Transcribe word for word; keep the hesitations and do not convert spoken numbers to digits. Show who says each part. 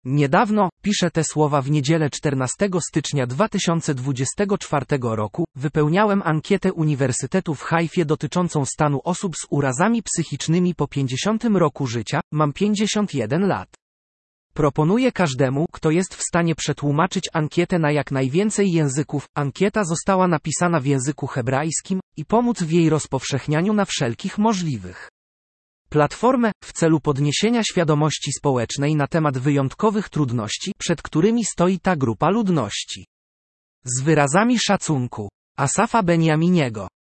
Speaker 1: Niedawno, piszę te słowa w niedzielę czternastego stycznia dwa tysiące dwudziestego czwartego roku, wypełniałem ankietę Uniwersytetu w Haifie dotyczącą stanu osób z urazami psychicznymi po pięćdziesiątym roku życia, mam pięćdziesiąt jeden lat. Proponuję każdemu, kto jest w stanie przetłumaczyć ankietę na jak najwięcej języków. Ankieta została napisana w języku hebrajskim i pomóc w jej rozpowszechnianiu na wszelkich możliwych platformę, w celu podniesienia świadomości społecznej na temat wyjątkowych trudności, przed którymi stoi ta grupa ludności. Z wyrazami szacunku. Asafa Beniaminiego.